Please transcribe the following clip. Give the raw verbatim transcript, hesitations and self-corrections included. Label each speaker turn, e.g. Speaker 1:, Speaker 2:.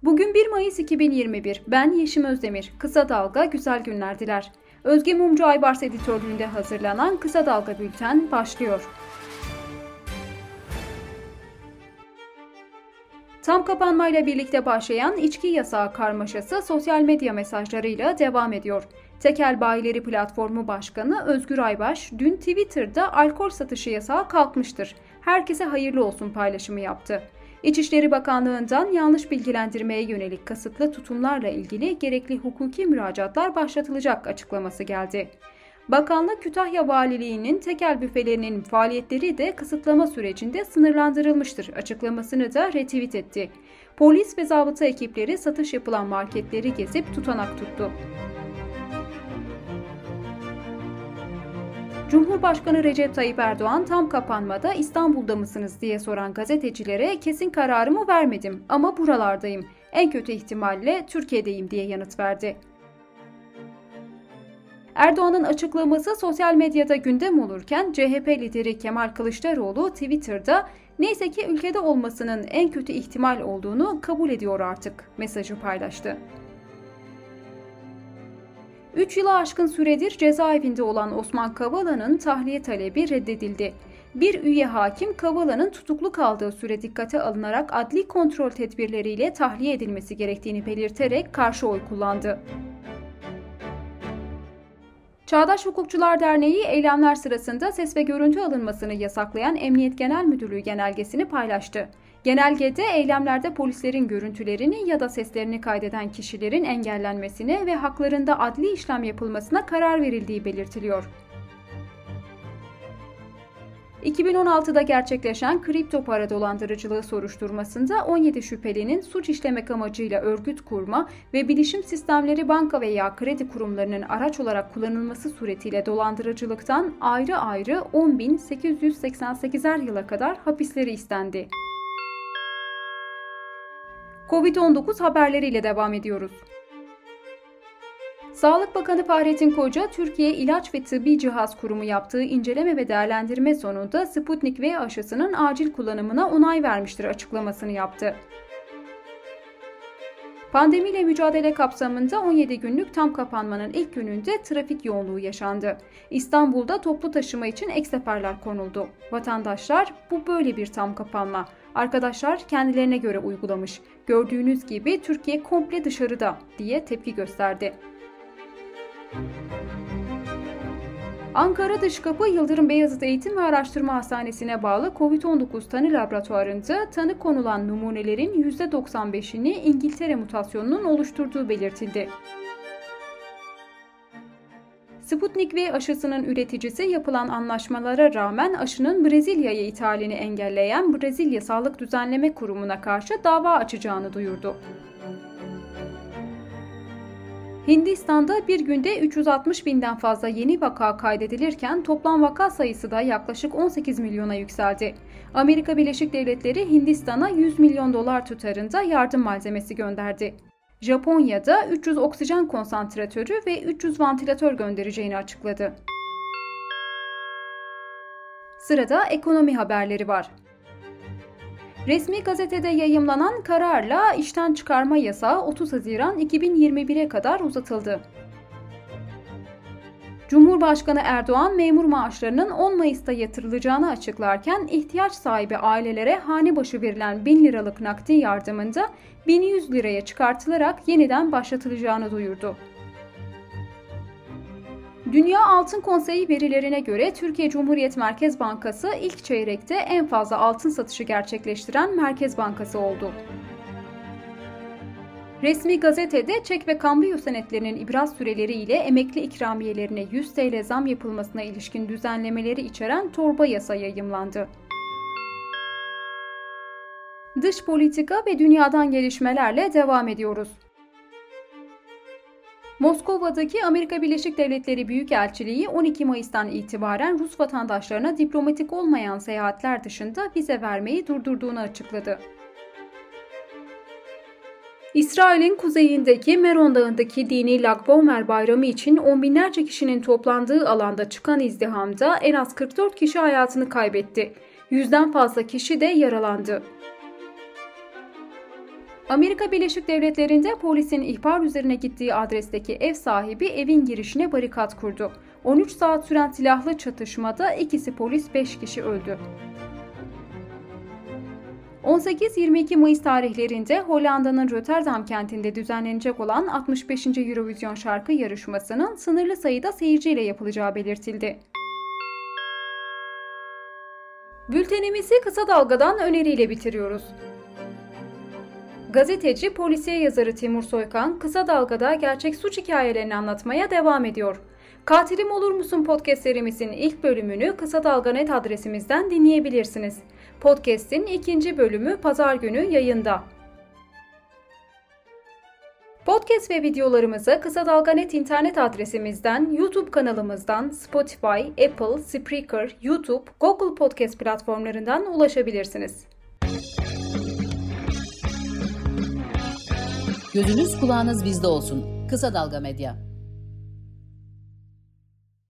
Speaker 1: Bugün bir Mayıs iki bin yirmi bir. Ben Yeşim Özdemir. Kısa Dalga güzel günler diler. Özge Mumcu Aybars editörlüğünde hazırlanan Kısa Dalga Bülten başlıyor. Tam kapanmayla birlikte başlayan içki yasağı karmaşası sosyal medya mesajlarıyla devam ediyor. Tekel Bayileri Platformu Başkanı Özgür Aybaş dün Twitter'da alkol satışı yasağı kalkmıştır, herkese hayırlı olsun paylaşımı yaptı. İçişleri Bakanlığı'ndan yanlış bilgilendirmeye yönelik kasıtlı tutumlarla ilgili gerekli hukuki müracaatlar başlatılacak açıklaması geldi. Bakanlık Kütahya Valiliği'nin tekel büfelerinin faaliyetleri de kısıtlama sürecinde sınırlandırılmıştır açıklamasını da retweet etti. Polis ve zabıta ekipleri satış yapılan marketleri gezip tutanak tuttu. Cumhurbaşkanı Recep Tayyip Erdoğan tam kapanmada İstanbul'da mısınız diye soran gazetecilere kesin kararımı vermedim ama buralardayım. En kötü ihtimalle Türkiye'deyim diye yanıt verdi. Erdoğan'ın açıklaması sosyal medyada gündem olurken C H P lideri Kemal Kılıçdaroğlu Twitter'da neyse ki ülkede olmasının en kötü ihtimal olduğunu kabul ediyor artık mesajı paylaştı. üç yılı aşkın süredir cezaevinde olan Osman Kavala'nın tahliye talebi reddedildi. Bir üye hakim Kavala'nın tutuklu kaldığı süre dikkate alınarak adli kontrol tedbirleriyle tahliye edilmesi gerektiğini belirterek karşı oy kullandı. Çağdaş Hukukçular Derneği eylemler sırasında ses ve görüntü alınmasını yasaklayan Emniyet Genel Müdürlüğü genelgesini paylaştı. Genelgede eylemlerde polislerin görüntülerini ya da seslerini kaydeden kişilerin engellenmesine ve haklarında adli işlem yapılmasına karar verildiği belirtiliyor. iki bin on altıda gerçekleşen kripto para dolandırıcılığı soruşturmasında on yedi şüphelinin suç işlemek amacıyla örgüt kurma ve bilişim sistemleri banka veya kredi kurumlarının araç olarak kullanılması suretiyle dolandırıcılıktan ayrı ayrı on bin sekiz yüz seksen sekizer yıla kadar hapisleri istendi. kovid on dokuz haberleriyle devam ediyoruz. Sağlık Bakanı Fahrettin Koca, Türkiye İlaç ve Tıbbi Cihaz Kurumu yaptığı inceleme ve değerlendirme sonunda Sputnik V aşısının acil kullanımına onay vermiştir açıklamasını yaptı. Pandemiyle mücadele kapsamında on yedi günlük tam kapanmanın ilk gününde trafik yoğunluğu yaşandı. İstanbul'da toplu taşıma için ek seferler konuldu. Vatandaşlar bu böyle bir tam kapanma. Arkadaşlar kendilerine göre uygulamış. Gördüğünüz gibi Türkiye komple dışarıda diye tepki gösterdi. Ankara Dışkapı Yıldırım Beyazıt Eğitim ve Araştırma Hastanesi'ne bağlı kovid on dokuz tanı laboratuvarında tanı konulan numunelerin yüzde doksan beşini İngiltere mutasyonunun oluşturduğu belirtildi. Sputnik V aşısının üreticisi yapılan anlaşmalara rağmen aşının Brezilya'ya ithalini engelleyen Brezilya Sağlık Düzenleme Kurumu'na karşı dava açacağını duyurdu. Hindistan'da bir günde üç yüz altmış binden fazla yeni vaka kaydedilirken toplam vaka sayısı da yaklaşık on sekiz milyona yükseldi. Amerika Birleşik Devletleri Hindistan'a yüz milyon dolar tutarında yardım malzemesi gönderdi. Japonya'da üç yüz oksijen konsantratörü ve üç yüz vantilatör göndereceğini açıkladı. Sırada ekonomi haberleri var. Resmi gazetede yayımlanan kararla işten çıkarma yasağı otuz Haziran iki bin yirmi bire kadar uzatıldı. Cumhurbaşkanı Erdoğan memur maaşlarının on Mayıs'ta yatırılacağını açıklarken ihtiyaç sahibi ailelere hane başı verilen bin liralık nakdi yardımında bin yüz liraya çıkartılarak yeniden başlatılacağını duyurdu. Dünya Altın Konseyi verilerine göre Türkiye Cumhuriyet Merkez Bankası ilk çeyrekte en fazla altın satışı gerçekleştiren merkez bankası oldu. Resmi gazetede çek ve kambiyo senetlerinin ibraz süreleri ile emekli ikramiyelerine yüz TL zam yapılmasına ilişkin düzenlemeleri içeren torba yasa yayımlandı. Dış politika ve dünyadan gelişmelerle devam ediyoruz. Moskova'daki Amerika Birleşik Devletleri Büyükelçiliği on iki Mayıs'tan itibaren Rus vatandaşlarına diplomatik olmayan seyahatler dışında vize vermeyi durdurduğunu açıkladı. İsrail'in kuzeyindeki Meron Dağı'ndaki dini Lag Ba'omer bayramı için on binlerce kişinin toplandığı alanda çıkan izdihamda en az kırk dört kişi hayatını kaybetti. Yüzden fazla kişi de yaralandı. Amerika Birleşik Devletleri'nde polisin ihbar üzerine gittiği adresteki ev sahibi evin girişine barikat kurdu. on üç saat süren silahlı çatışmada ikisi polis, beş kişi öldü. on sekiz yirmi iki Mayıs tarihlerinde Hollanda'nın Rotterdam kentinde düzenlenecek olan altmış beşinci Eurovision şarkı yarışmasının sınırlı sayıda seyirciyle yapılacağı belirtildi. Bültenimizi kısa dalgadan öneriyle bitiriyoruz. Gazeteci, polisiye yazarı Timur Soykan, Kısa Dalga'da gerçek suç hikayelerini anlatmaya devam ediyor. Katilim Olur Musun podcast serimizin ilk bölümünü Kısa Dalga nokta net adresimizden dinleyebilirsiniz. Podcast'in ikinci bölümü pazar günü yayında. Podcast ve videolarımıza Kısa Dalga nokta net internet adresimizden, YouTube kanalımızdan, Spotify, Apple, Spreaker, YouTube, Google Podcast platformlarından ulaşabilirsiniz.
Speaker 2: Gözünüz kulağınız bizde olsun. Kısa Dalga Medya.